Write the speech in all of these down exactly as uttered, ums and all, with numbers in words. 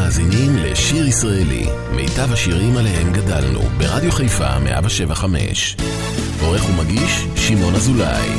מאזינים לשיר ישראלי, מיטב השירים עליהם גדלנו, ברדיו חיפה מאה שבע חמש. עורך ומגיש שמעון אזולאי.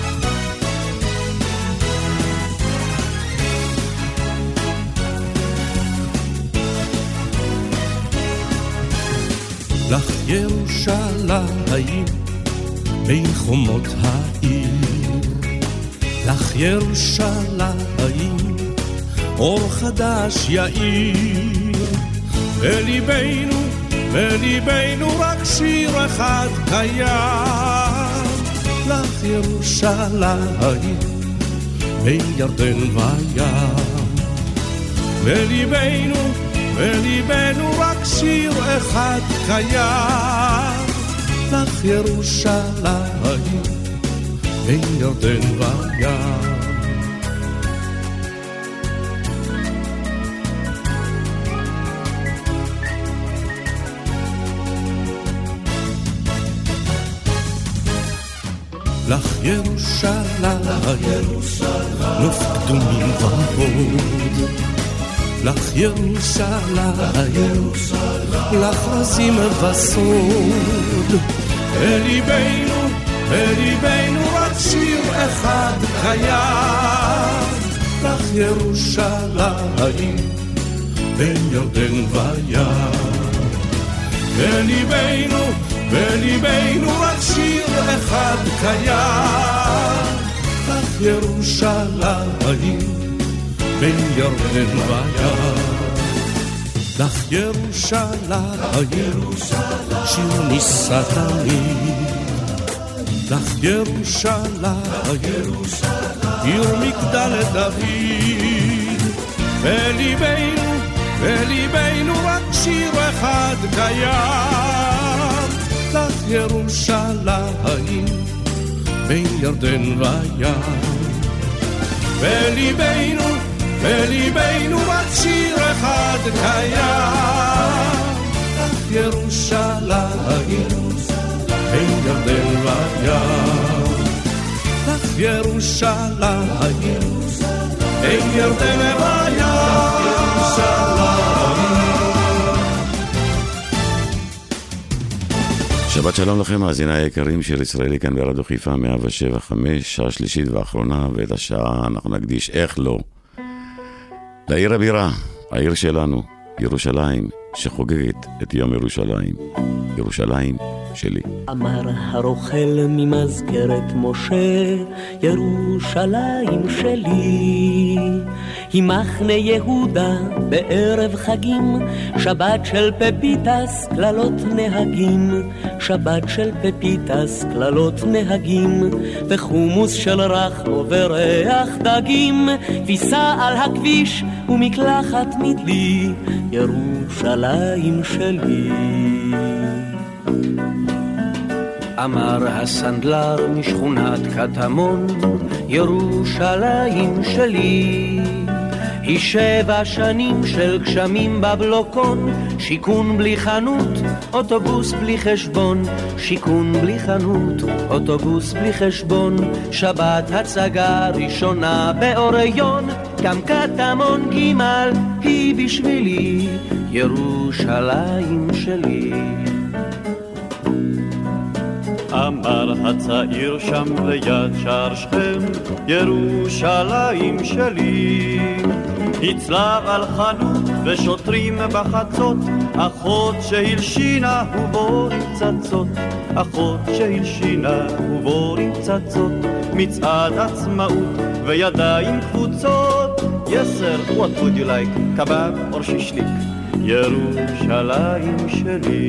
לך ירושלים בין חומות העיר, לך ירושלים אור חדש יאיר, בליבנו, בליבנו רק שיר אחד קיים. לך ירושלים בין ירדן וים, בליבנו, בליבנו רק שיר אחד קיים. לך ירושלים בין ירדן וים. לך ירושלים, נוף קדומים ורוד. לך ירושלים, לך רזים וסוד. בליבנו, בליבנו רק שיר אחד קיים. לך ירושלים בין ירדן וים, בליבנו, בליבנו רק שיר אחד קיים. לך ירושלים בין ירדן וים. לך ירושלים שיר נישא תמיד. לך ירושלים עיר מגדל דוד. בליבנו, בליבנו רק שיר אחד קיים. לך ירושלים בין ירדן וים, בליבנו, בליבנו רק שיר אחד קיים. לך ירושלים בין ירדן וים, לך ירושלים בין ירדן וים. שבת שלום לכם, מאזיני היקרים, שיר ישראלי כאן ברדיו חיפה מאה שבע חמש, שעה שלישית ואחרונה, ואת השעה אנחנו נקדיש, איך לא, לעיר הבירה, העיר שלנו, ירושלים, שחוגגת את יום ירושלים. ירושלים שלי. אמר הרוכל ממזכרת משה, ירושלים שלי היא מחנה יהודה בערב חגים, שבת של פפיטס כללות נהגים, שבת של פפיטס כללות נהגים, וחומוס של רחלו וריח דגים, ויסע על הכביש ומקלחת מדלי, ירושלים שלי. אמר הסנדלר משכונת קטמון, ירושלים שלי היא שבע שנים של גשמים בבלוקון, שיכון בלי חנות, אוטובוס בלי חשבון, שיכון בלי חנות, אוטובוס בלי חשבון, שבת הצגה ראשונה באוריון, גם קטמון גימל היא בשבילי, ירושלים שלי. אמר הצעיר שם ליד שער שכם, ירושלים שלי הצלב על חנות ושוטרים בחצות, אחות שהלשינה ובורים צצות, אחות שהלשינה ובורים צצות, מצעד עצמאות וידיים קבוצות. Yes sir, what would you like? Kebab or shishlik? ירושלים שלי.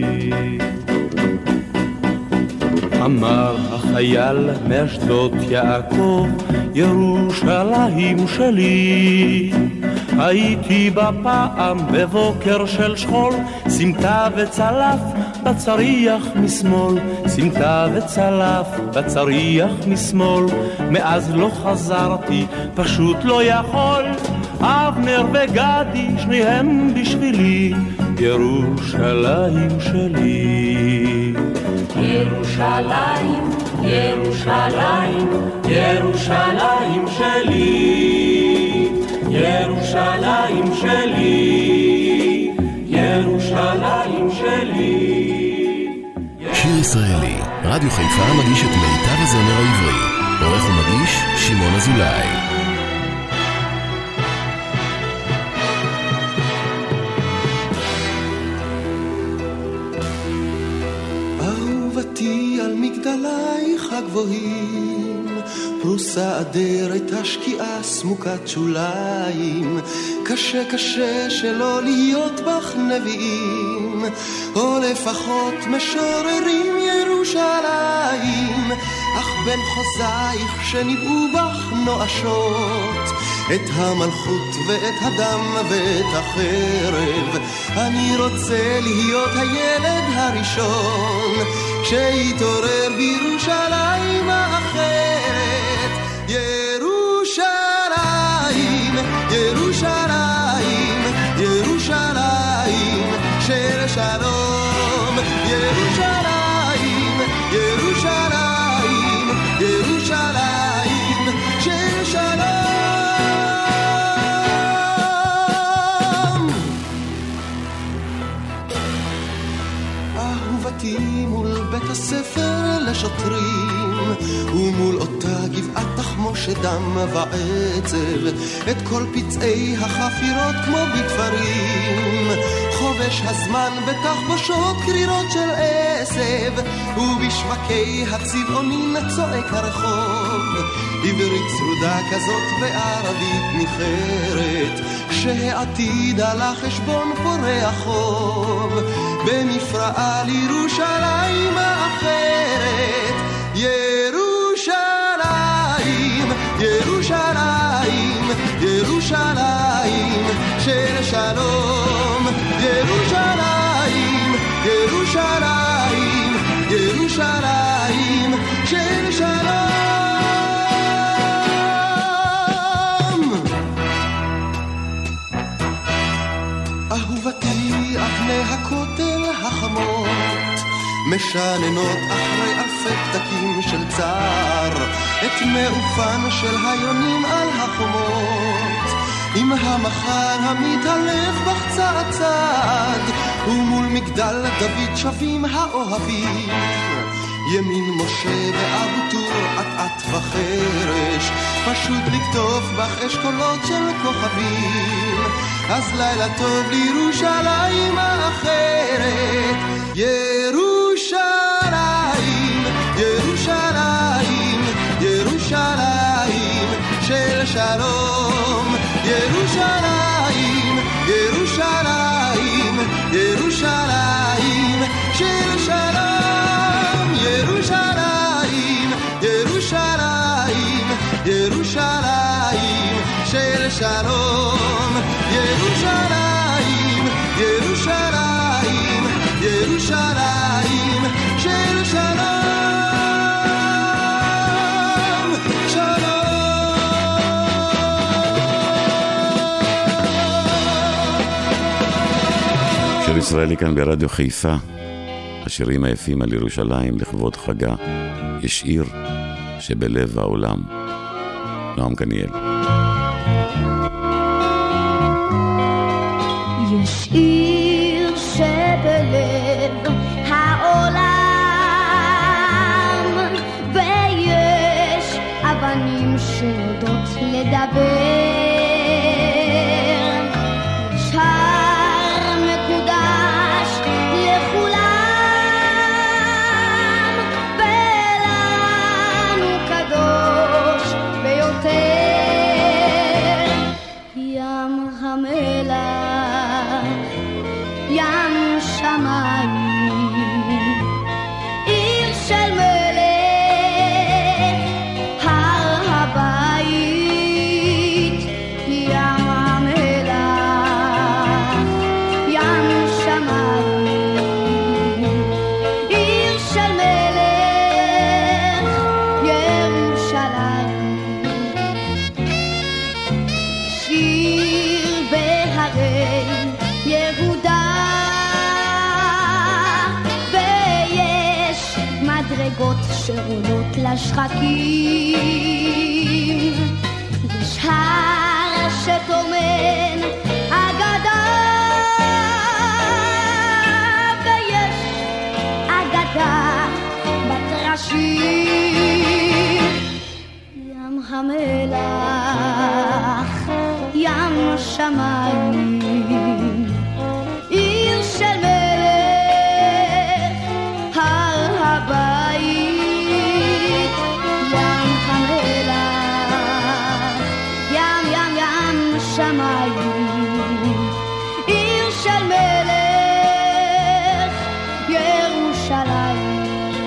אמר החייל מאשדות יעקב, ירושלים שלי הייתי בפעם בבוקר של שחול, סמטה וצלף בצריח משמאל, סמטה וצלף בצריח משמאל, מאז לא חזרתי, פשוט לא יכול, אבנר וגדי שניהם בשבילי, ירושלים שלי. ירושלים, ירושלים, ירושלים שלי, ירושלים שלי. ירושלים שלי. שיר ישראלי, רדיו חיפה מגיש את מיטב הזמר העברי. עורך ומגיש שמעון אזולאי. אהובתי על מגדלייך הגבוהים, פרוסה אדרת השקיעה סמוקת שוליים, קשה קשה שלא להיות בך נביאים, או לפחות משוררים ירושלים, אך בין חוזייך שניבאו בך נואשות, את המלכות ואת הדם ואת החרב, אני רוצה להיות הילד הראשון שיתעורר בירושלים האחרת. ירושלים, ירושלים, ירושלים של שלום. ירושלים, ירושלים, ירושלים של שלום. אהובתי מול בית הספר לשוטרים, ומול אותה גבעת תחמושת דם ועצב, את כל פצעי החפירות כמו בתפרים, חובש הזמן בתחבושות קרירות של עשב, ובשווקי הצבעונים צועק הרחוב, עברית צרודה כזאת וערבית ניחרת, שהעתיד על החשבון פורח חוב, במפרעה לירושלים האחרת. ירושלים, ירושלים, ירושלים של שלום. ירושלים, ירושלים, ירושלים של שלום. אהובתי אבני הכותל החמות משננות אחרי אלפי פתקים של צער, את מעופן של היונים על החומות, עם המחר המתעלף בך צעד צעד, ומול מגדל דוד שבים האוהבים, ימין משה ואבו טור עט וחרש, פשוט לכתוב בך אשכולות של כוכבים. אז לילה טוב לירושלים האחרת. ירושלים, ירושלים, ירושלים של שלום. ירושלים, ירושלים, ירושלים של שלום. ירושלים, ירושלים, ירושלים של שלום. ירושלים, ירושלים, ירושלים של שלום. שלום. שיר ישראלי כאן ברדיו חיפה, השירים היפים על ירושלים לכבוד חגה. יש עיר שבלב העולם. נועם קניאל. יש עיר שבלב העולם, ויש אבנים שיודעות לדבר. יש הר מקודש לכולם, ולנו קדוש ביותר. ים המלח, ים שמיים, עיר של מלך, הר הבית. ים המלח, ים שמיים, עיר של מלך, ירושלים. שיר בהרי יהודה, ויש מדרגות שעולות לשחקים. יש הר שטומן אגדה, שמיים, עיר של מלך, הר הבית, ים המלח, ים ים ים שמיים, עיר של מלך, ירושלים.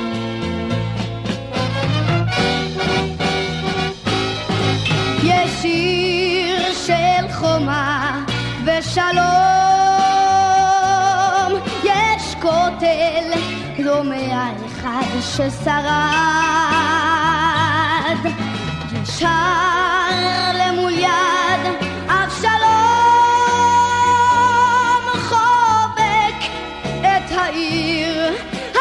יש עיר של חומה ושלום, יש כותל דומה אחד ששרד, יש הר למול יד אבשלום, חובק את העיר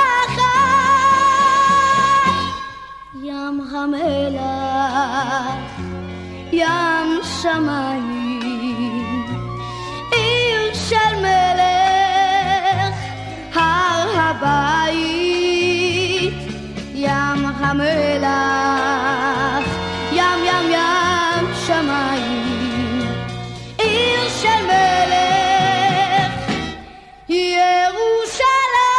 האחת, ים המלח, ים שמיים, עיר של מלך, הר הבית, ים המלח, ים ים ים שמיים, עיר של מלך, ירושלים.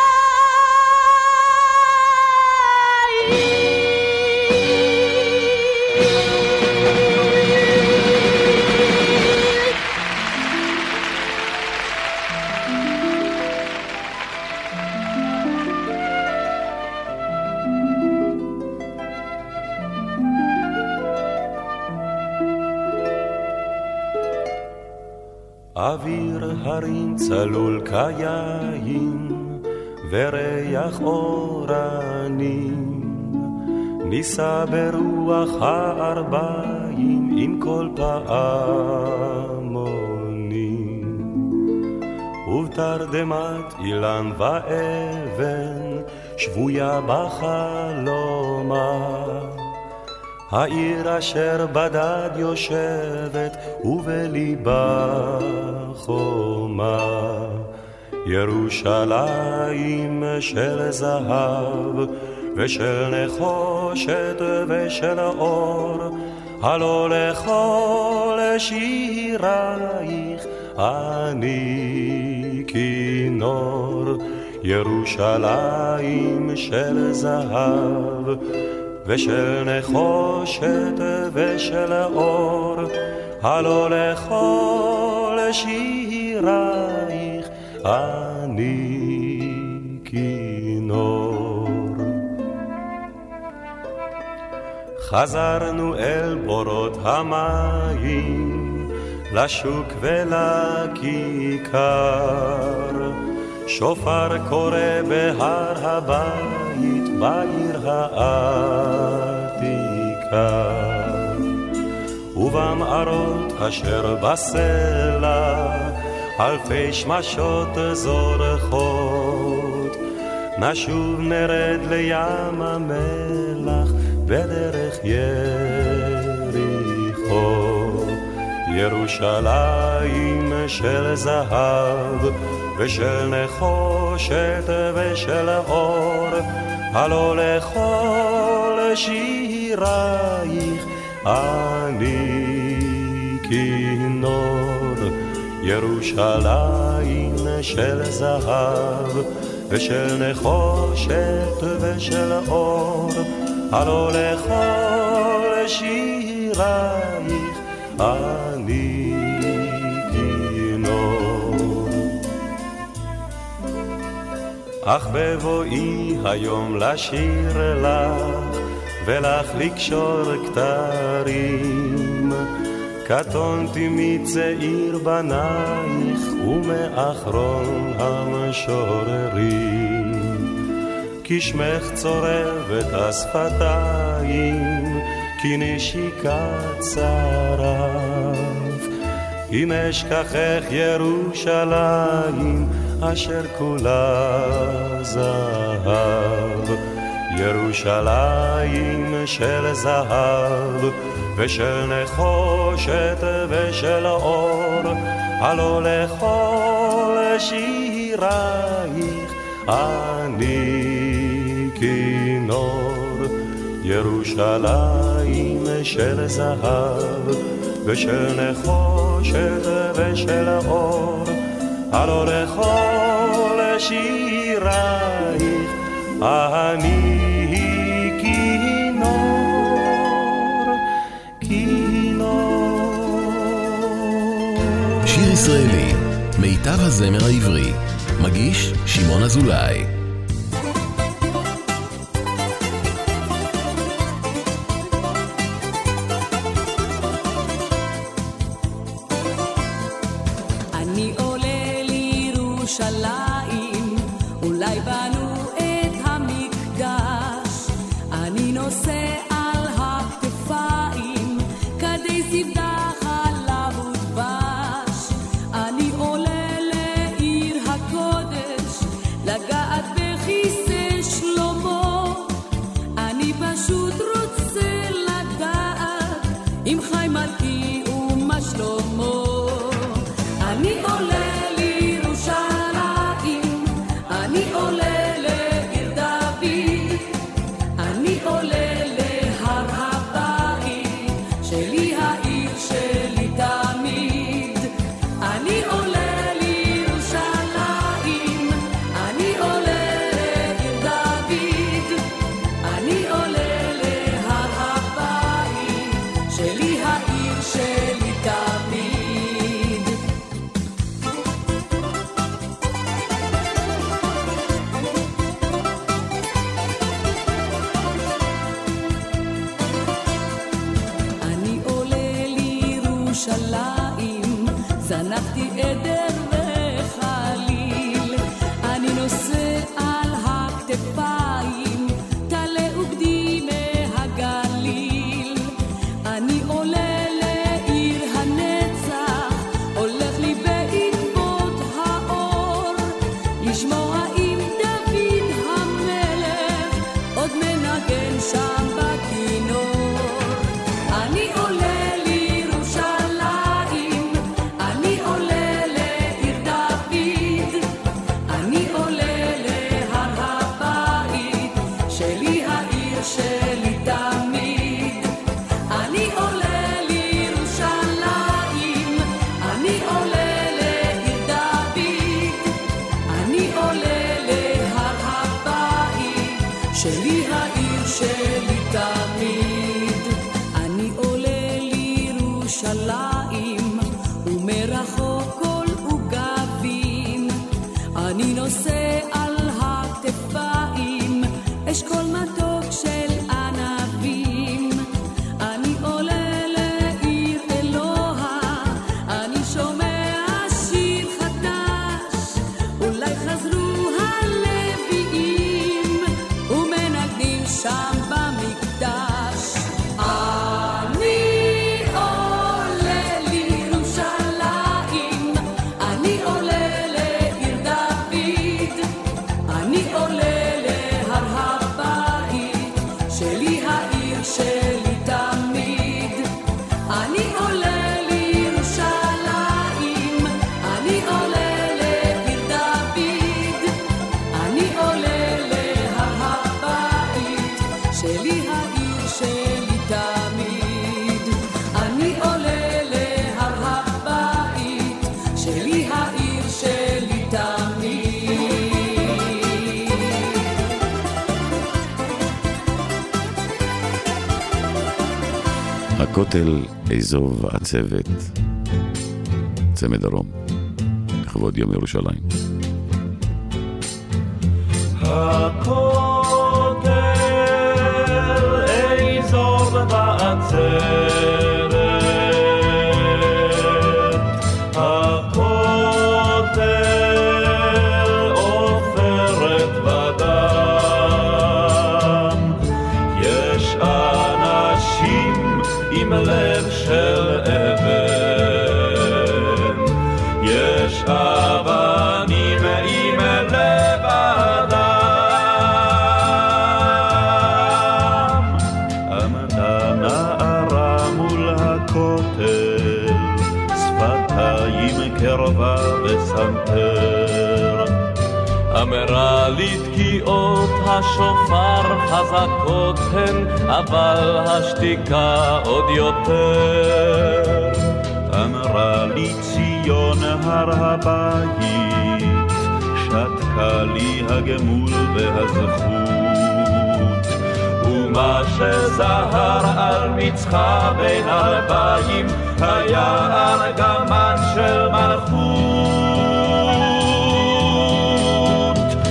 אוויר הרים צלול כיין וריח אורנים, ניסה ברוח הארבעים עם כל פעמונים, ובתרדמת אילן ואבן שבויה בחלומה, העיר אשר בדד יושבת ובליבה חומה, ירושלים של זהב ושל נחושת ושל אור, הלא לכל שירייך אני כינור, ירושלים של זהב ושל נחושת ושל אור, הלא לכל שירייך אני כינור. חזרנו אל בורות המים, לשוק ולכיכר, שופר קורא בהר הבית, בעיר העתיקה, ובמערות אשר בסלע אלפי שמשות זורחות, נשוב נרד לים המלח בדרך יריחו, ירושלים של זהב ושל נחושת ושל אור, הלא לכל שירייך אני כינור, ירושלים של זהב ושל נחושת ושל אור, הלא לכל שירייך אני כינור. אך בבואי היום לשיר לך ולך לקשור כתרים, קטונתי מצעיר בנייך ומאחרון המשוררים, כי שמך צורבת השפתיים, כי נשיקת צרף, אם אשכחך ירושלים אשר כולה זהב, ירושלים של זהב ושל נחושת ושל אור, הלא לכל שירייך אני כינור, ירושלים של זהב ושל נחושת ושל אור, הלא לכל שירייך אני כינור, כינור. שיר ישראלי, מיטב הזמר העברי, מגיש שמעון אזולאי. אני עולה לירושלים, אולי בנו את המקדש, אני נושא על הכתפיים כדי זבדה חלב ודבש, אני עולה לעיר הקודש לגעת בכיסא שלמה, אני פשוט רוצה לדעת אם חי מלכי ומה שלמה. אני עולה לירושלים, אני עולה לעיר דוד, אני עולה להר הבית, שלי העיר שלי תמיד. אני עולה לירושלים, אני עולה לעיר דוד, אני עולה להר הבית, שלי העיר שלי תמיד. זנחתי עדר וחליל, אני נושא על הכתפיים תלה וגדי מהגליל, אני עולה לעיר הנצח, הולך לי בעקבות האור, לשמוע עם דוד המלך עוד מנגן שם בכינור. אני עולה שלי העיר שלי תמיד. אני עולה לירושלים ומרחוק כל עוגבים, אני נושא על הכתפיים אשכול מתוק של ענבים. אני עולה לעיר אלוה, אני שומע שיר חדש, אולי חזרו הלוויים ומנגנים שם במקדש. אני עולה לירושלים, אני עולה לעיר דוד, אני עולה להר הבית, שלי העיר שלי תמיד. אני עולה לירושלים, אני עולה לעיר דוד, אני עולה להר הבית, שלי העיר שלי תמיד. אני עולה להר הבית, שלי העיר שלי תמיד. הכותל איזוב הצוות, צמד דרום, לכבוד יום ירושלים. הכותל איזוב בעצרת, הכותל עופרת ודם, יש אנשים עם לב של אבן, יש אבנים עם לב אדם. עמדה נערה מול הכותל, שפתיים קרבה וסנטר, אמרה לי תקיעות השופר חזקות הן, אבל השתיקה עוד יותר. אמרה לי ציון הר הבית, שתקה לי הגמול והזכות, ומה שזהר על מצחה בין אלפיים היה ארגמן של מלכות.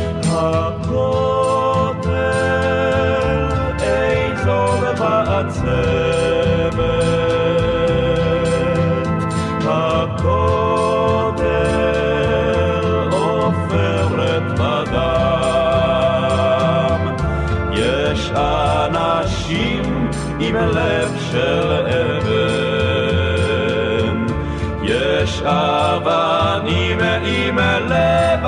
הכותל איזו ועצבת, הכותל עופרת בדם, יש אנשים עם לב של אבן, יש אבנים עם לב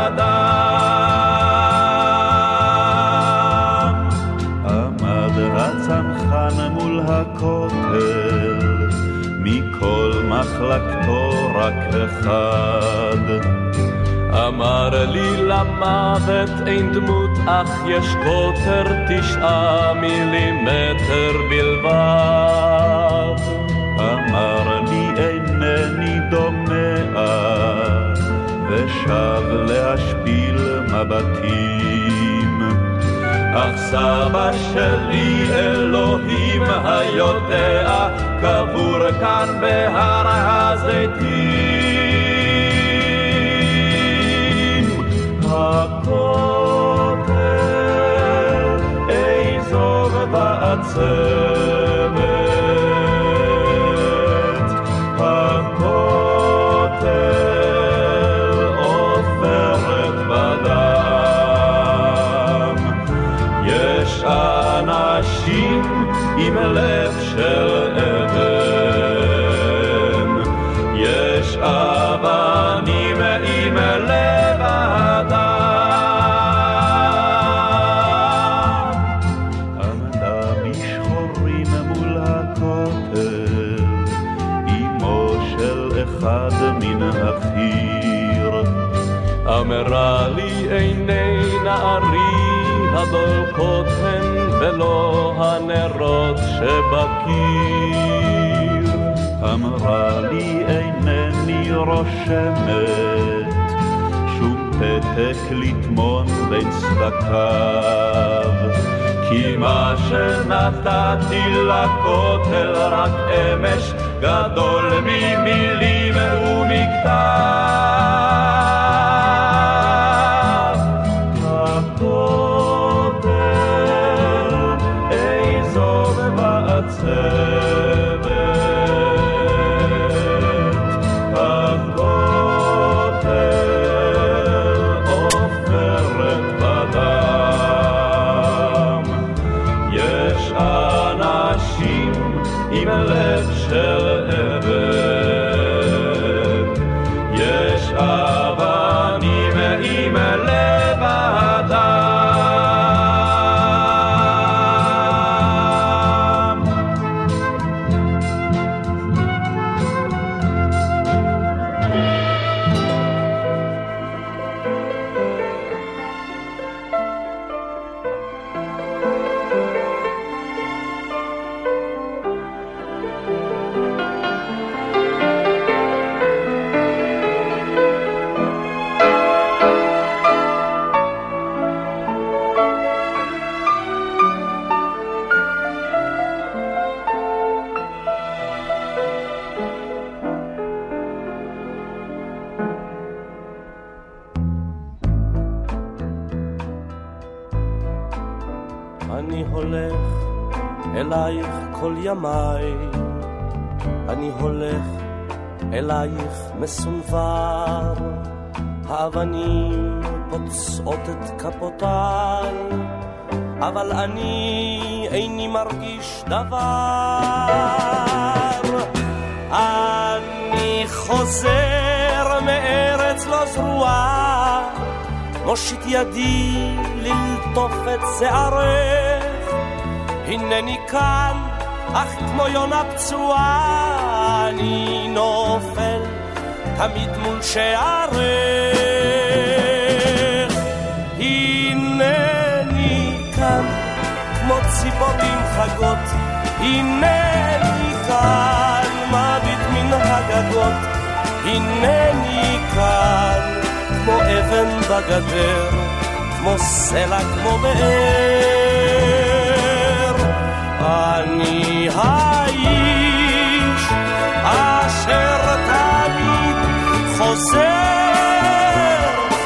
אדם. עמד הצנחן מול הכותל, מכל מחלקתו רק אחד, אמר לי למוות אין דמות, אך יש קוטר תשעה מילימטר בלבד. אמר לי אינני דומע, ושב להשפיל מבטים, אך סבא שלי אלוהים היודע, קבור כאן בהר הזיתים. הכותל איזו ועצבת, הכותל עופרת בדם, יש אנשים עם לב של אבן, יש אבנים עם לב אדם. עמדה בשחורים מול הכותל, אמו של אחד מן החיר, אמרה לי עיני נערי הדולקות הן ולא הנרות שבקיר. אמרה לי אינני רושמת שום פתק לטמון בין צדקיו, כי מה שנתתי לכותל רק אמש גדול ממילים ומכתב. אני הולך אלייך כל ימיי, אני הולך אלייך מסונבר, האבנים פוצעות את כפותיי, אבל אני איני מרגיש דבר. אני חוזר מארץ לא זרועה, מושיט ידי ללטוף את שערך, הנני כאן אך כמו יונה פצועה, אני נופל תמיד מול שערך. הנני כאן כמו ציפורים חגות, הנני כאן מביט מן הגגות, חגגות, הנני כאן, כמו אבן בגדר, כמו סלע, כמו באר. אני האיש אשר תמיד חוזר,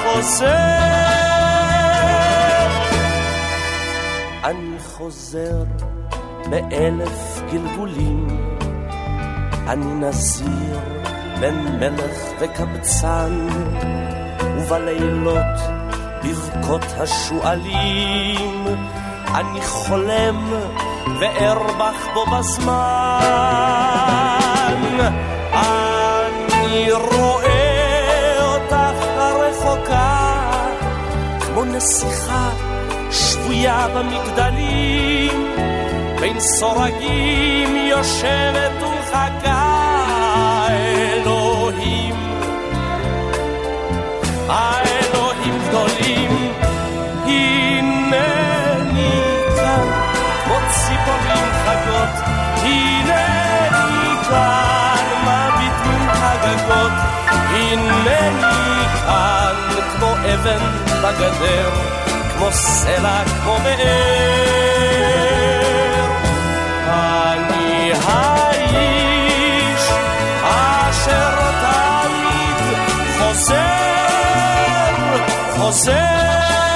חוזר. אני חוזר באלף גלגולים, אני נזיר בין מלך וקבצן, ובלילות בבכות השואלים אני חולם וארבח בו בזמן. אני רואה אותך הרחוקה כמו נסיכה שבויה במגדלים, בין סורגים יושבת ומחכה. האלוהים, האלוהים גדולים, הנני כאן כמו ציפורים חגות, הנני כאן מביט מן הגגות, הנני כאן כמו אבן בגדר, כמו סלע, כמו באר. אני האיש אשר תמיד חוזר, חוזר.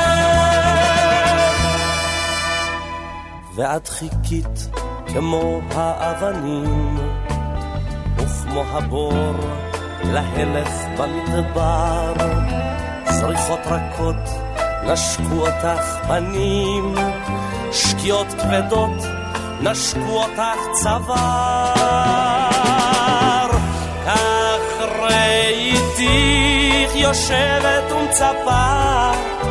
ואת חיכית כמו האבנים וכמו הבור להלך במדבר, זריחות רכות נשקו אותך פנים, שקיעות כבדות נשקו אותך צוואר. כך ראיתיך יושבת ומצפה,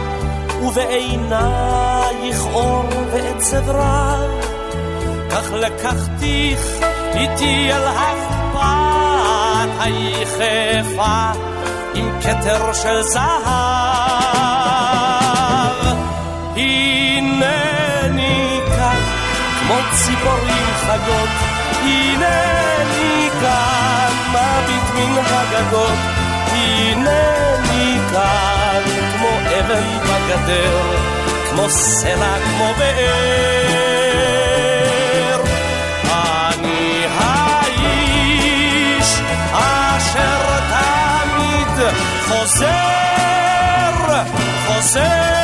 ובעינייך אור ועצב רב. כך לקחתיך איתי אל החפת היחפה עם כתר של זהב. הנני כאן כמו ציפורים חגות, הנני כאן מביט מן הגגות, הנני כאן כמו אבן בגדר, כמו סלע, כמו באר. אני האיש אשר תמיד חוזר, חוזר.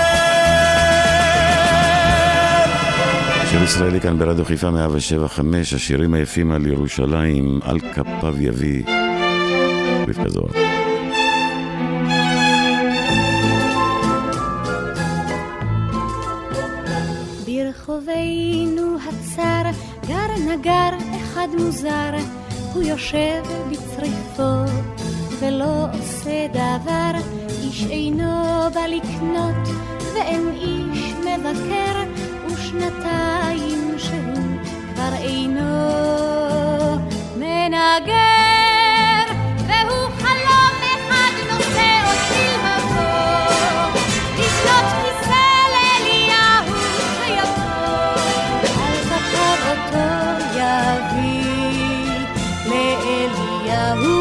שיר ישראלי כאן ברדיו חיפה מאה ושבע חמש, השירים היפים על ירושלים, על כפיו יביא רבקה זוהר. ברחובינו הצר גר נגר אחד מוזר, הוא יושב בצריפו ולא עושה דבר, איש אינו בא לקנות ואין איש מבקר, ושנתיים שהוא כבר אינו מנגר, והוא חלום אחד נושא אותי לבוא, לקנות כיסא לאליהו שיבוא, על כפיו אותו יביא לאליהו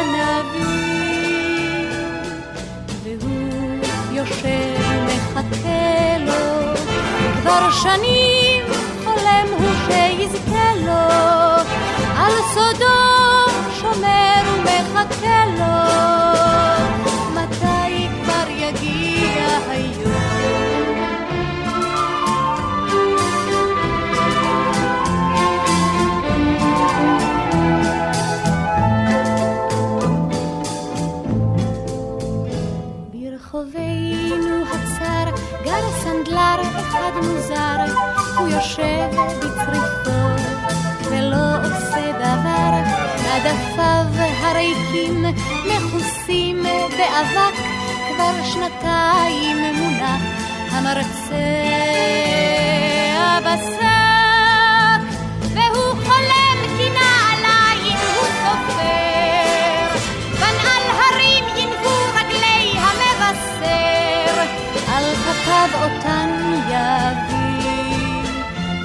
הנביא, והוא יושב מחכה לו כבר שנים, חולם הוא שיזכה לו, על סודו שומר ומחכה לו, מתי כבר יגיע היום. ברחובינו הצר גר סנדלר אחד מוזר, הוא יושב בצריפו ולא עושה דבר, עדפיו הריקים מכוסים באבק, כבר שנתיים מונח המרצה הבשק, והוא חולם כי נעליים הוא סופר, בנעל הרים ינבו רגלי המבשר, על כפיו אותן יביא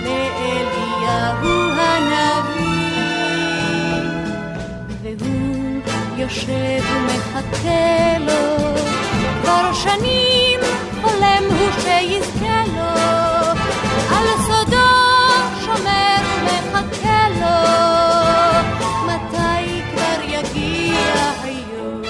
לאליהו הנביא, והוא יושב ומחכה לו, כבר שנים חולם הוא שיזכה לו, על סודו שומר ומחכה לו, מתי כבר יגיע היום.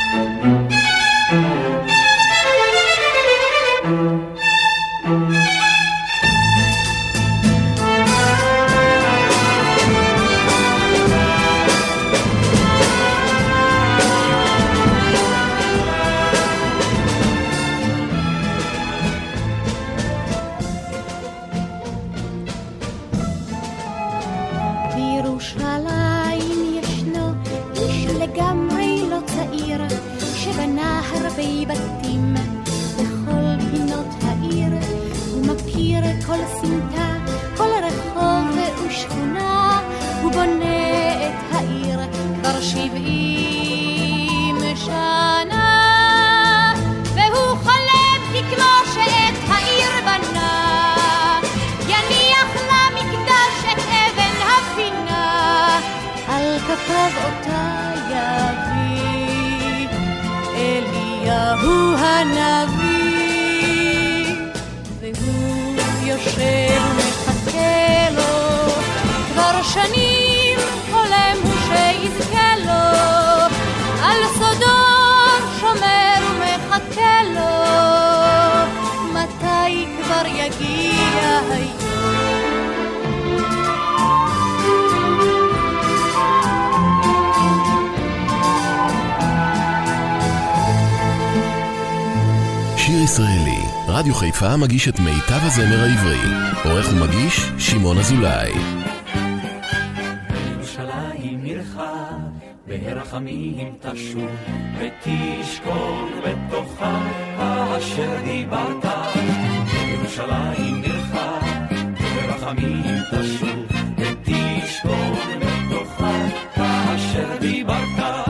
שבנה הרבה בתים בכל פינות העיר, הוא מכיר כל סמטה, כל רחוב ושכונה, הוא בונה את העיר כבר שבעים שנה, והוא חולם כי כמו שאת העיר בנה, יניח למקדש את אבן הפינה, על כתב אותה יביא אליהו הנביא, והוא יושב ומחכה לו, כבר שנים חולם הוא שיזכה לו, על סודו שומר ומחכה לו, מתי כבר יגיע היום. שיר ישראלי, רדיו חיפה מגיש את מיטב הזמר העברי. עורך ומגיש שמעון אזולאי. ירושלים עירך ברחמים תשוב ותשכון בתוכה אשר דיברת. ירושלים עירך ברחמים תשוב ותשכון בתוכה אשר דיברת.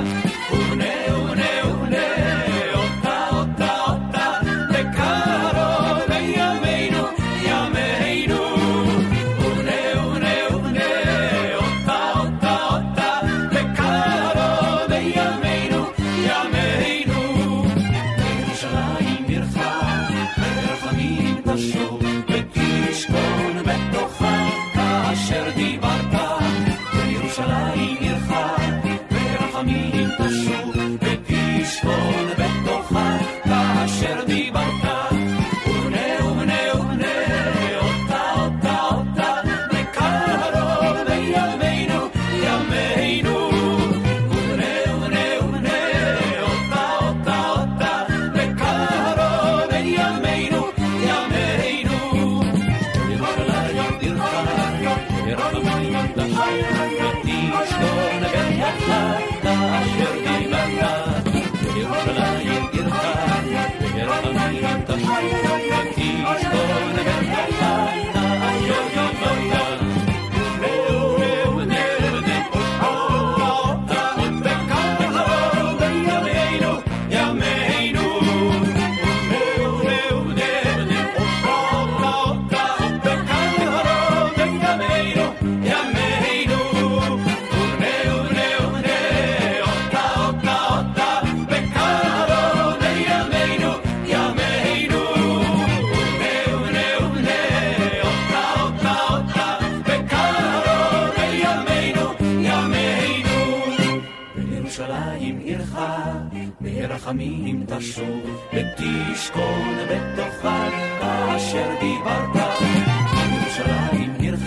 ברחמים תשוב ותשכון בתוכה אשר דיברת. ירושלים עירך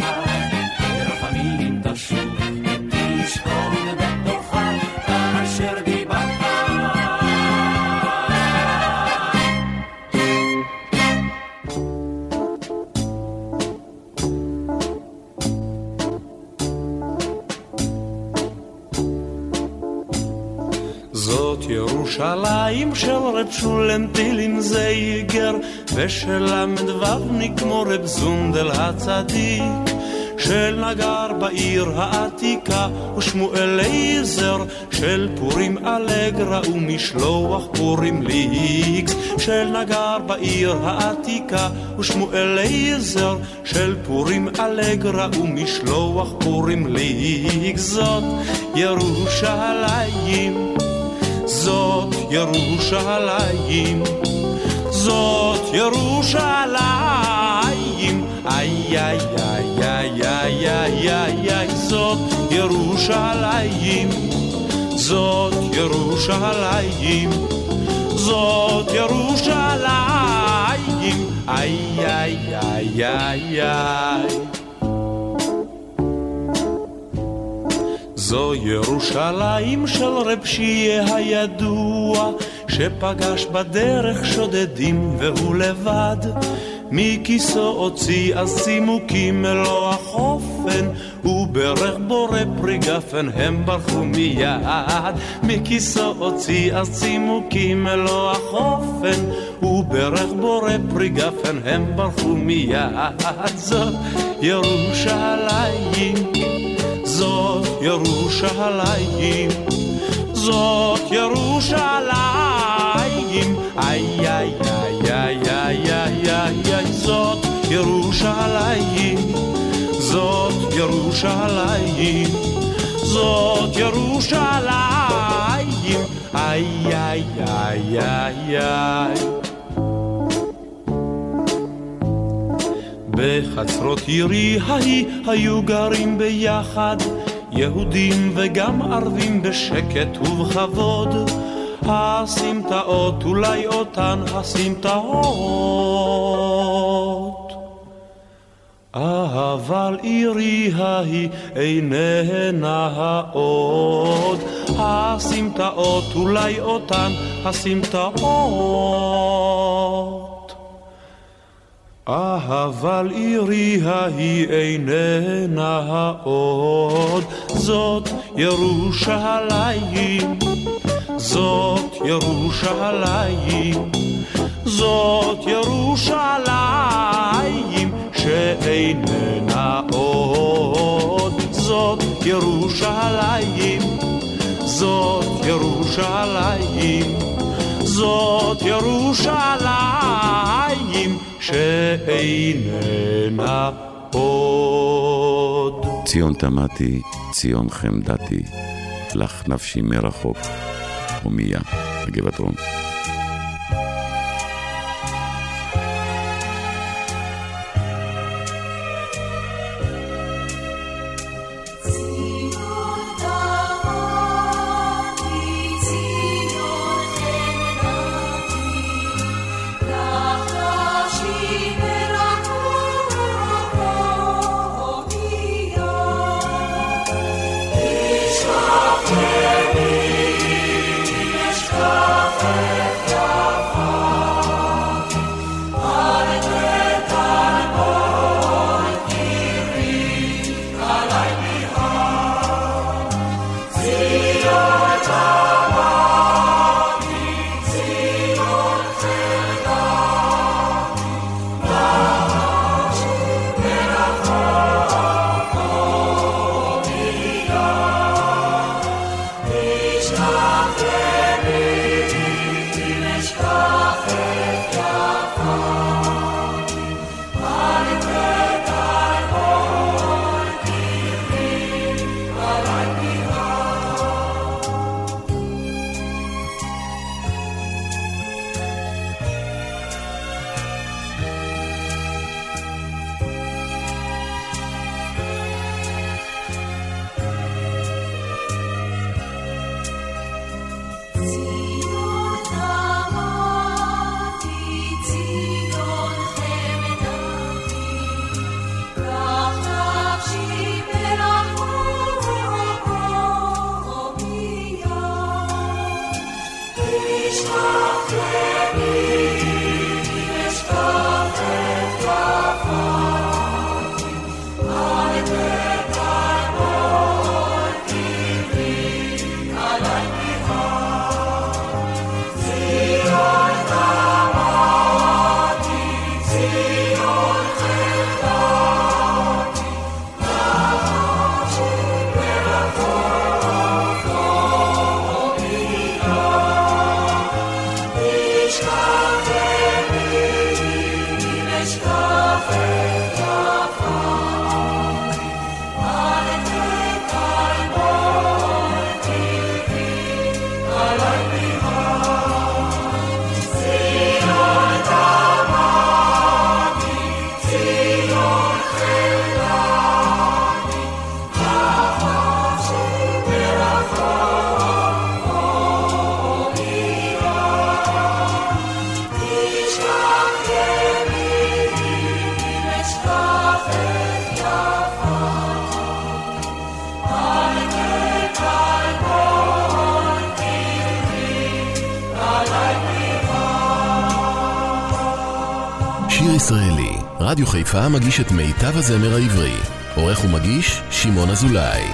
ברחמים תשוב ותשכון בתוכה אשר דיברת. ירושלים של רב שולם טילים זייגר ושל המדבבניק כמו רב זונדל הצדיק, של נגר בעיר העתיקה ושמואל לייזר, של פורים אלגרה ומשלוח פורים ליגס, של נגר בעיר העתיקה ושמואל לייזר, של פורים אלגרה ומשלוח פורים ליגס. זאת ירושלים זאת ירושלים, זאת ירושלים, איי איי איי איי איי איי איי איי, זאת ירושלים, זאת ירושלים, זאת ירושלים, איי איי איי איי איי. זו ירושלים של רב שיהיה הידוע, שפגש בדרך שודדים והוא לבד, מכיסו הוציא אז צימוקים מלוא החופן, וברך בורא פרי גפן הם ברחו מיד. מכיסו הוציא אז צימוקים מלוא החופן, וברך בורא פרי גפן הם ברחו מיד. זאת ירושלים, זאת ירושלים, זאת ירושלים, איי איי איי איי איי איי איי, זאת ירושלים, זאת ירושלים, זאת ירושלים, איי איי איי איי איי. בחצרות עירי ההיא היו גרים ביחד, יהודים וגם ערבים בשקט ובכבוד. הסמטאות אולי אותן הסמטאות, אבל עירי ההיא איננה העוד. הסמטאות אולי אותן הסמטאות, אבל עירי ההיא איננה העוד. זאת ירושלים, זאת ירושלים, זאת ירושלים, שאיננה עוד. זאת ירושלים, זאת ירושלים, זאת ירושלים, שאיננה עוד. ציון תמתי, ציון חמדתי, לך נפשי מרחוק, הומיה, בגבעת רום. Café שיר ישראלי. רדיו חיפה מגיש את מיטב הזמר העברי. עורך ומגיש שמעון אזולאי.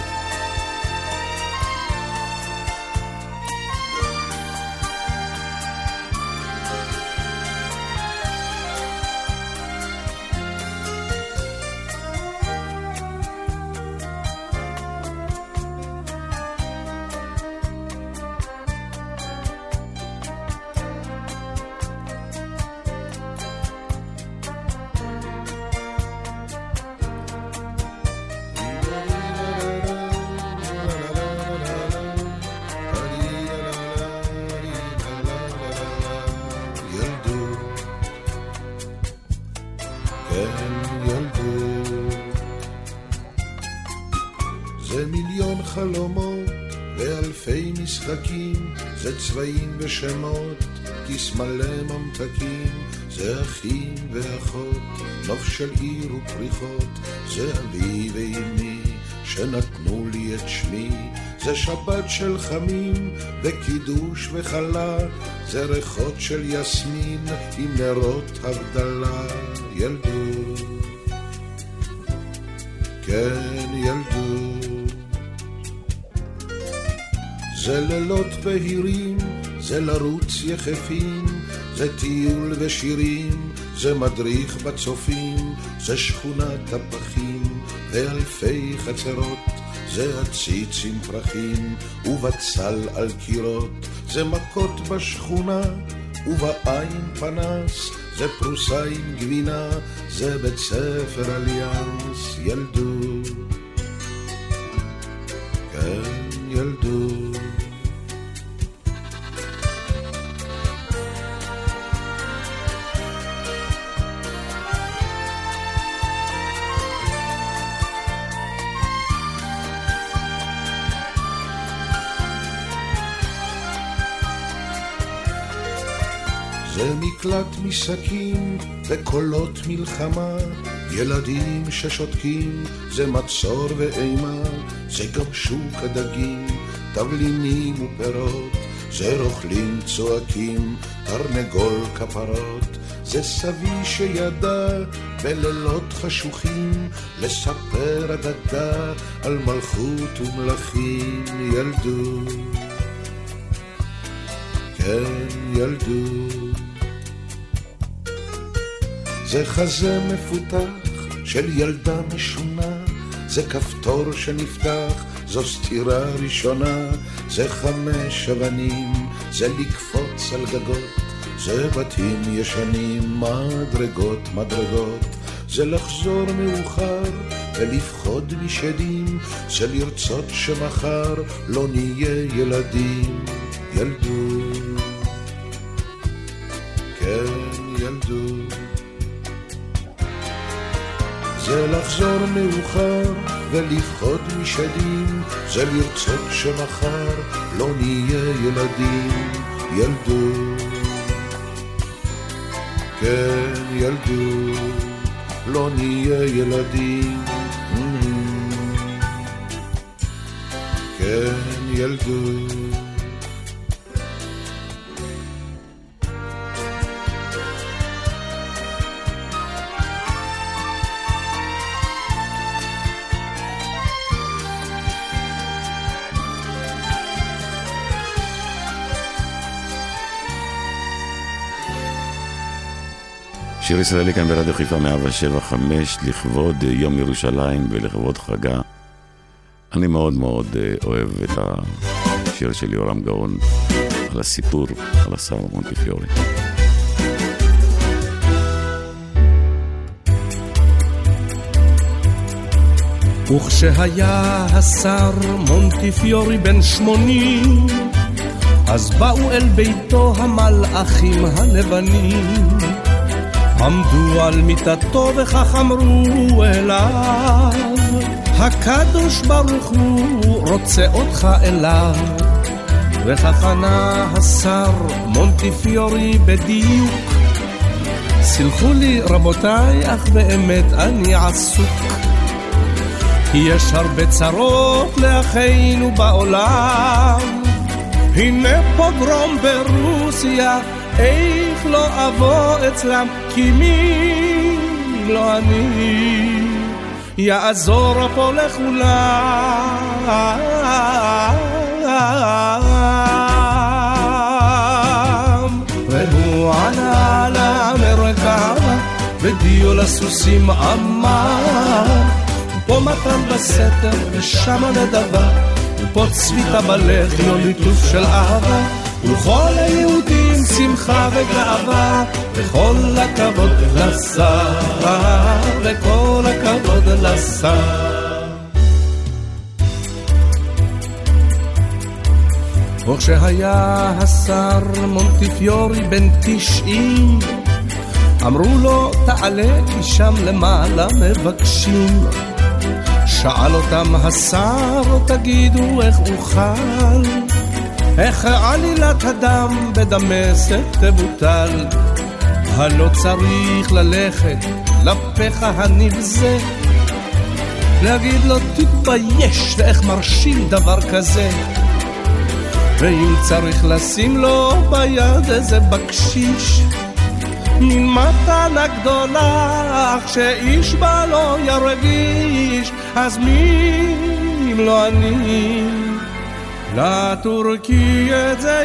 צבעים ושמות, כיס מלא ממתקים, זה אחים ואחות, נוף של עיר ופריחות, זה אבי ואמי שנתנו לי את שמי, זה שבת של חמים וקידוש וחלה, זה ריחות של יסמין עם נרות הבדלה. ילדות, כן ילדות, זה לילות בהירים, זה לרוץ יחפים, זה טיול ושירים, זה מדריך בצופים, זה שכונת הפחים ואלפי חצרות, זה הציץ עם פרחים ובצל על קירות, זה מכות בשכונה ובעין פנס, זה פרוסה עם גבינה, זה בית ספר אליאנס. ילדות, כן ילדות, זה מקלט משקים וקולות מלחמה, ילדים ששותקים, זה מצור ואימה, זה גם שוק הדגים, תבלינים ופירות, זה רוכלים צועקים, תרנגול כפרות, זה סבי שידע בלילות חשוכים לספר אגדה על מלכות ומלכים. ילדות, כן ילדות, זה חזה מפותח של ילדה משונה, זה כפתור שנפתח, זו סתירה ראשונה, זה חמש אבנים, זה לקפוץ על גגות, זה בתים ישנים, מדרגות מדרגות, זה לחזור מאוחר ולפחוד משדים, זה לרצות שמחר לא נהיה ילדים. ילדות, כן ילדות, זה לחזור מאוחר ולפחוד משדים, זה לרצות שמחר לא נהיה ילדים. ילדות, כן ילדות, לא נהיה ילדים. כן ילדות, שיר ישראלי כאן ברדיו חיפה מאה שבע חמש לכבוד יום ירושלים ולכבוד חגה. אני מאוד מאוד אוהב את השיר של יורם גאון על הסיפור על השר מונטיפיורי. וכשהיה השר מונטיפיורי בן שמונים, אז באו אל ביתו המלאכים הלבנים, עמדו על מיטתו וכך אמרו אליו, הקדוש ברוך הוא רוצה אותך אליו. וכך ענה השר מונטיפיורי בדיוק, סלחו לי רבותיי, אך באמת אני עסוק, כי יש הרבה צרות לאחינו בעולם. הנה פוגרום ברוסיה איך לא אבוא אצלם, כי מי לא אני יעזור פה לכולם. והוא עלה למרכבה ודיו לסוסים אמר, פה מתן בסתר ושם נדבה, ופה צביתה בלחי או ליטוף של אהבה, ולכל היהודים שמחה וגאווה, וכל הכבוד לשר, וכל הכבוד לשר. וכשהיה השר מונטיפיורי בן תשעים, אמרו לו תעלה כי שם למעלה מבקשים. שאל אותם השר תגידו איך אוכל, איך עלילת הדם בדמשק תבוטל. הלא צריך ללכת לפחה הנבזה, להגיד לו תתבייש ואיך מרשים דבר כזה. ואם צריך לשים לו ביד איזה בקשיש, מן מתנה גדולה אך שאיש בה לא ירגיש, אז מי אם לא אני לטורקי את זה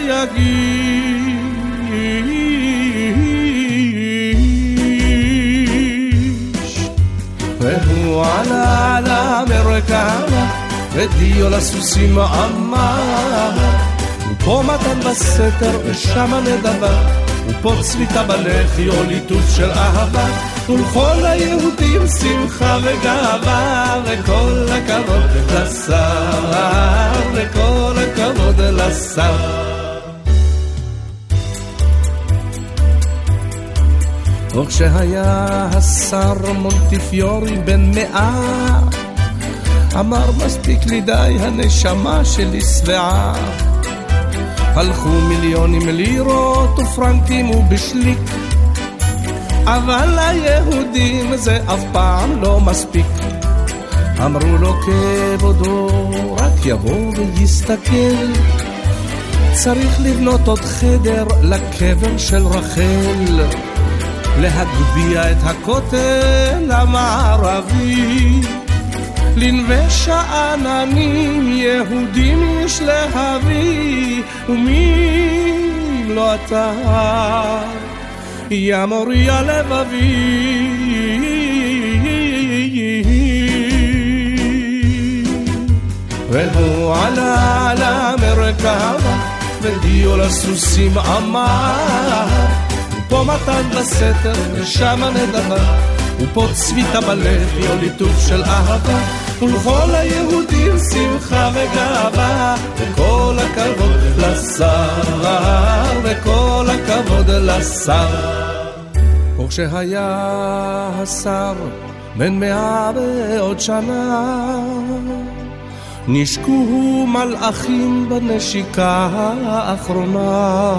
יגיש. והוא עלה למרכבה ודיו לסוסים אמר, ופה מתן בסתר ושם נדבה, ופה צביתה בלחי או ליטוף של אהבה, ולכל היהודים שמחה וגאווה, וכל הכבוד לשר, וכל הכבוד לשר. וכשהיה השר מונטיפיורי בן מאה, אמר מספיק לי די, הנשמה שלי שבעה. הלכו מיליונים לירות ופרנקים ובשליק, אבל ליהודים זה אף פעם לא מספיק. אמרו לו כבודו רק יבוא ויסתכל, צריך לבנות עוד חדר לקבר של רחל, להגביה את הכותל המערבי, לנווה שעננים יהודים יש להביא, ומי לא אתה יא מוריה לבבי. והוא עלה למרכבה ודיו לסוסים אמר, פה מתן בסתר ושם נדבה, ופה צביתה בלחי או ליטוף של אהבה, ולכל היהודים שמחה וגאווה, וכל הכבוד לשר, וכל הכבוד לשר. וכשהיה השר בן מאה ועוד שנה, נשקו מלאכים בנשיקה האחרונה,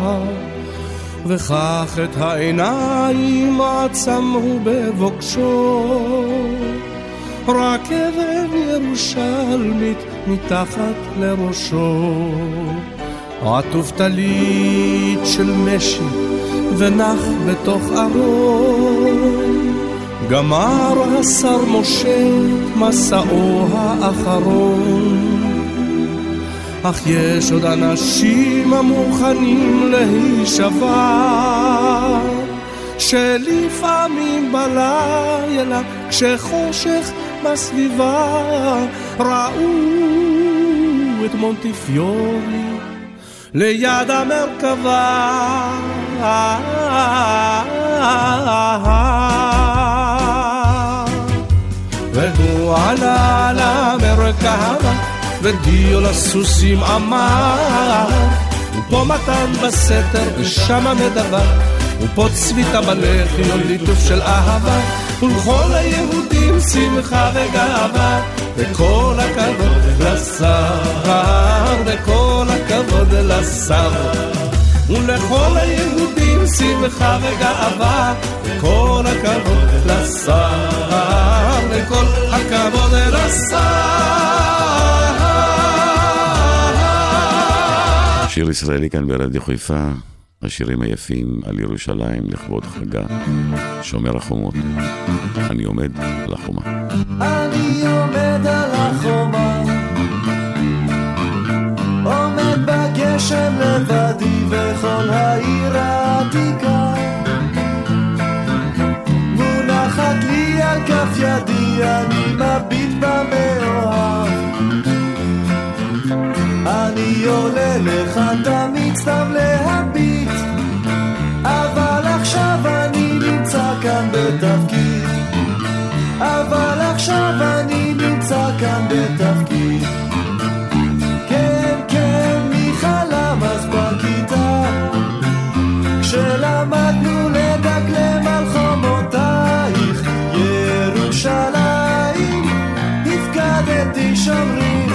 וכך את העיניים עצם הוא בבוקשו, רק אבן ירושלמית מתחת לראשו, עטוף טלית של משי ונח בתוך ארון, גמר השר משה את מסעו האחרון. אך יש עוד אנשים המוכנים להישבע, שלפעמים בלילה כשחושך בסביבה ראו את מונטיפיורי ליד המרכבה. והוא עלה למרכבה ודיו לסוסים אמר, ופה מתן בסתר ושם נדבה, ופה צביתה בלחי או ליטוף של אהבה, ולכל היהודים שמחה וגאווה, וכל הכבוד לשר, וכל הכבוד לשר. ולכל היהודים שמחה וגאווה, וכל הכבוד לשר, וכל הכבוד לשר. שיר ישראלי כאן ברדיו חיפה, השירים היפים על ירושלים לכבוד חגה, שומר החומות. אני עומד על החומה. אני עומד על החומה, עומד בגשם לבדי וכל העיר העתיקה מונחת לי על כף ידי, אני מביט במאוהב. אני עולה לך תמיד סתם להביט, אבל עכשיו אני נמצא כאן בתפקיד, אבל עכשיו אני נמצא כאן בתפקיד. כן, כן, מי חלם אז בכיתה, כשלמדנו לדקלם על חומותייך ירושלים, הפקדתי שומרים,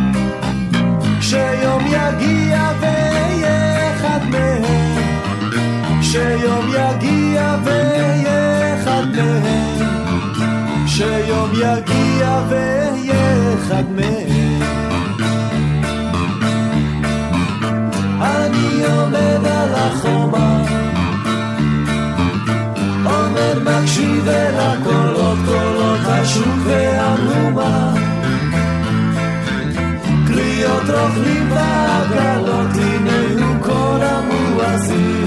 שיום יגיע ויהיה אחד מהם, שיום יגיע ויהיה אחד מהם, שיום יגיע ויהיה אחד מהם. אני עומד על החומה, עומד מקשיב אל הקולות, קולות השוק והמהומה, קריאות רוכלים והגלות, הנה הוא כל המואזין,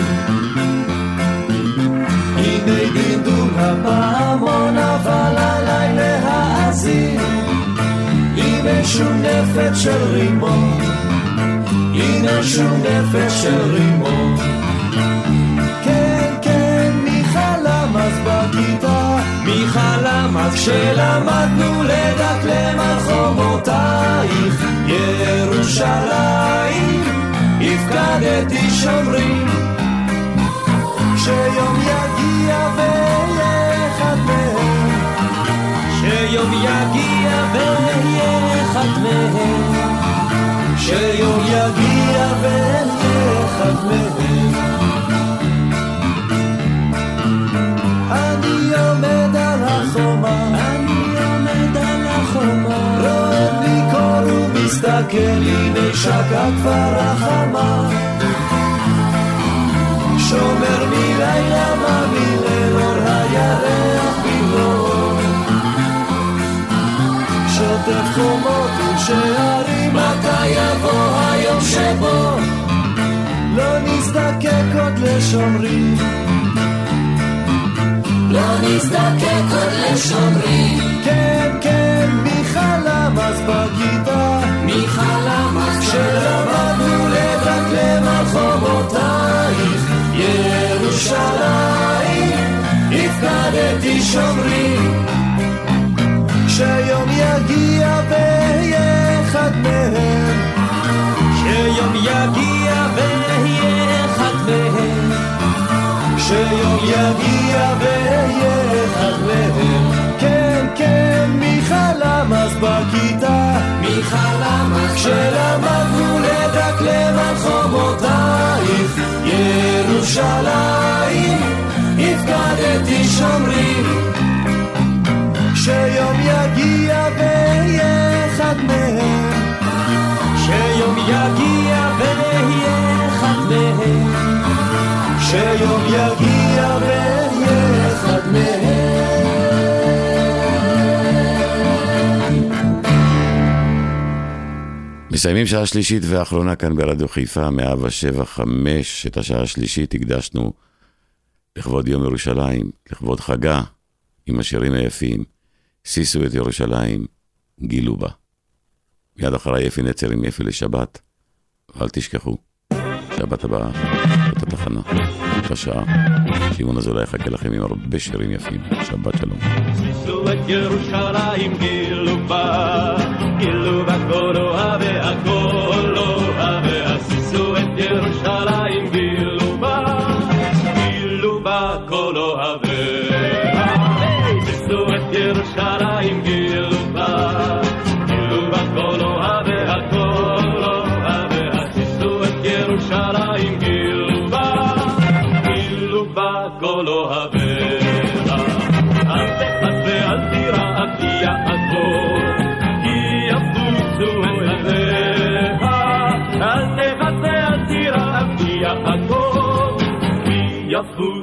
הנה דינדום הפעמון, אבל עליי להאזין, הנה שום נפץ של רימון, הנה שום נפץ של רימון. כן, כן, מי חלם אז בכיתה, מי חלם אז כשלמדנו לדקלם על חומותייך ירושלים, הפקדתי שומרים, שיום יגיע ויהיה אחד מהם, שיום יגיע ויהיה אחד מהם, שיום יגיע ויהיה אחד מהם. אני עומד על החומה, אני עומד על החומה, רועד מקור ומסתכל, הנה שקע כבר החמה, שומר מלילה מה מליל, אור הירח בלעור, שוטף חומות ושערים, מתי יבוא היום שבו לא נזדקק עוד לשומרים, לא נזדקק עוד לשומרים. כן, כן, מי חלם אז בכיתה, מי חלם אז כשלמדנו לדקלם על חומותייך ירושלים, הפקדתי שומרים, שיום יגיע ויהיה אחד מהם, שיום יגיע ויהיה אחד מהם, שיום יגיע ויהיה אחד מהם. כן, כן, מי חלם אז בכיתה, מי חלם אז כשלמדנו לדקלם על חומותייך ירושלים, הפקדתי שומרים, שיום יגיע ויהיה אחד מהם, שיום יגיע ויהיה אחד מהם, שיום יגיע ויהיה אחד מהם. מסיימים שעה שלישית ואחרונה כאן ברדיו חיפה מאה ושבע חמש. את השעה השלישית הקדשנו לכבוד יום ירושלים, לכבוד חגה, עם השירים היפים, שישו את ירושלים, גילו בה. מיד אחרי יפי נצר עם יפי לשבת, ואל תשכחו, שבת הבאה, את התחנה, את השעה, שמעון אזולאי יחכה לכם עם הרבה שירים יפים. שבת שלום. שישו את ירושלים, גילו בה, גילו בה כל אוהביה, כל אוהביה. שישו את ירושלים, גילו בה, גילו בה כל אוהביה. שישו את ירושלים, גילו בה, גילו בה כל אוהביה, כל אוהביה. שישו את ירושלים, גילו בה, גילו בה כל אוהביה. אל תחזה, אל תירא, כי יעבור, כי יפוצו עיניה. אל תחזה, אל תירא, כי יעבור,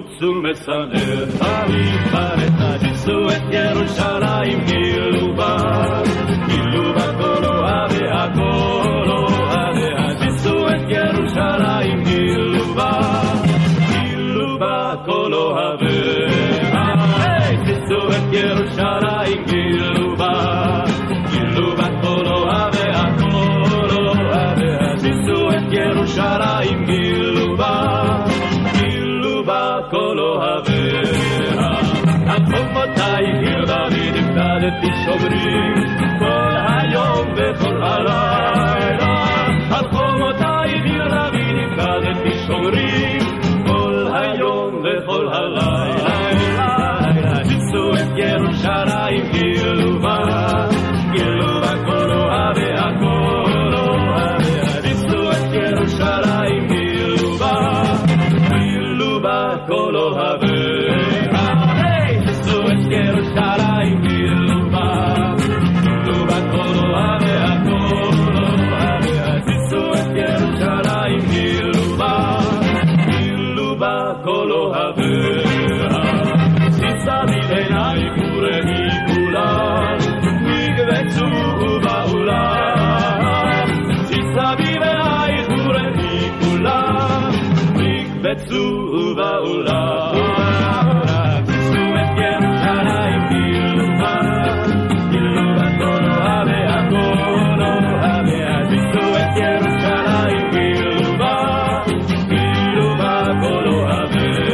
חרוץ ומסנר, המתפרט תיסעו את ירושלים, גילו בה, גילו בה כל אוהביה, כל אוהביה, תיסעו את ירושלים, גילו בה, גילו בה כל אוהביה, תיסעו את ירושלים, גילו בה, גילו בה כל אוהביה, כל אוהביה, תיסעו את ירושלים, גילו בה, גילו בה כל אוהביה. על חומותיי עיר דוד הפקדתי שומרים, כל היום וכל הלילה. על חומותיי עיר דוד הפקדתי שומרים, כל היום וכל הלילה. תיסעו את ירושלים, גילו בה, גילו בה כל אוהביה, כל אוהביה. תיסעו את ירושלים, גילו בה, גילו בה כל אוהביה. תיסעו את ירושלים, גילו בה, גילו בה כל אוהביה, כל אוהביה. תיסעו את ירושלים, גילו בה, גילו בה כל אוהביה. מסביב עיניי גורמי כולם, נקבצו בעולם. מסביב עיניי גורמי כולם, נקבצו בעולם. תיסעו את ירושלים, גילו בה, גילו בה כל אוהביה, כל אוהביה. תיסעו את ירושלים, גילו בה, גילו בה כל אוהביה.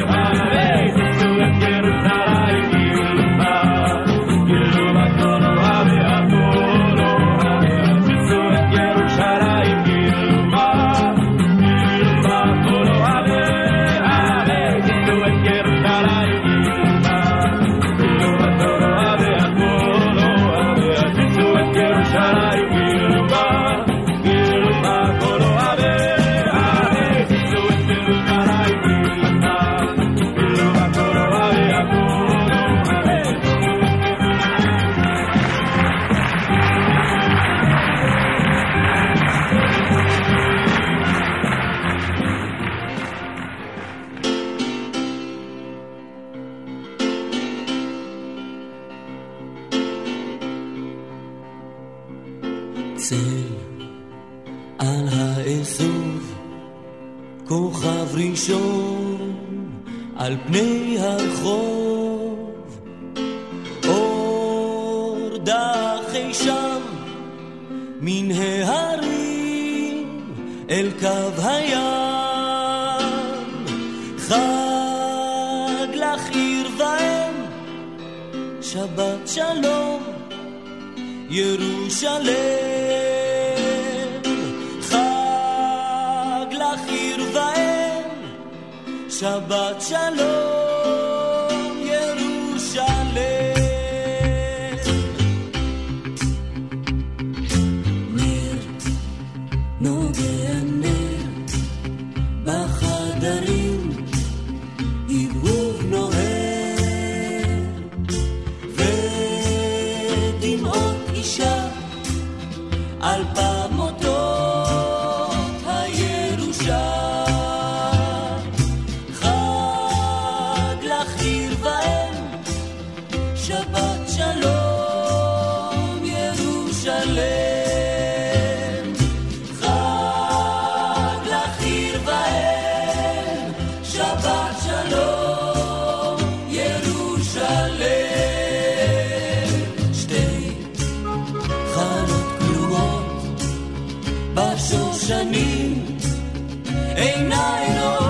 על פני הרחוב אור דחי שם מן ההרים אל קו הים חג לך עיר ואם שבת שלום ירושלם חג לך עיר ואם שבת שלום ירושלם. נר נוגע נר בחדרים עיבוב נוהר ודמעות אישה על במותות הירושה שבת שלום ירושלם חג לך עיר ואם שבת שלום ירושלם שתי חנות כלומות בשושנים עיניי רואות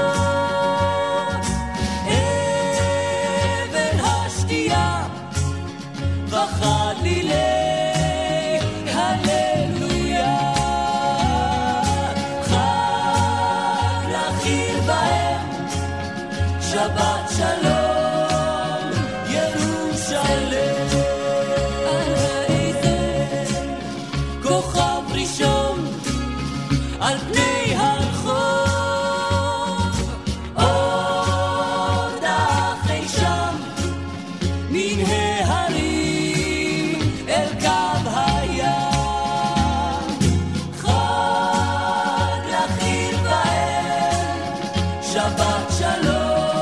חלילי הללויה חג לך עיר ואם שבת שלום ירושלם על העיזר כוכב ראשון על פני הרחוב אור דחי שם מן ההרים אל קו הים חג לך עיר ואם שבת שלום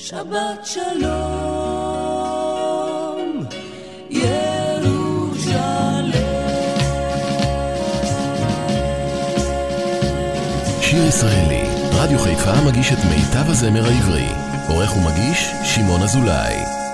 שבת שלום, ירושלם. שיר ישראלי, רדיו חיפה מגיש את מיטב הזמר העברי. עורך ומגיש שמעון אזולאי.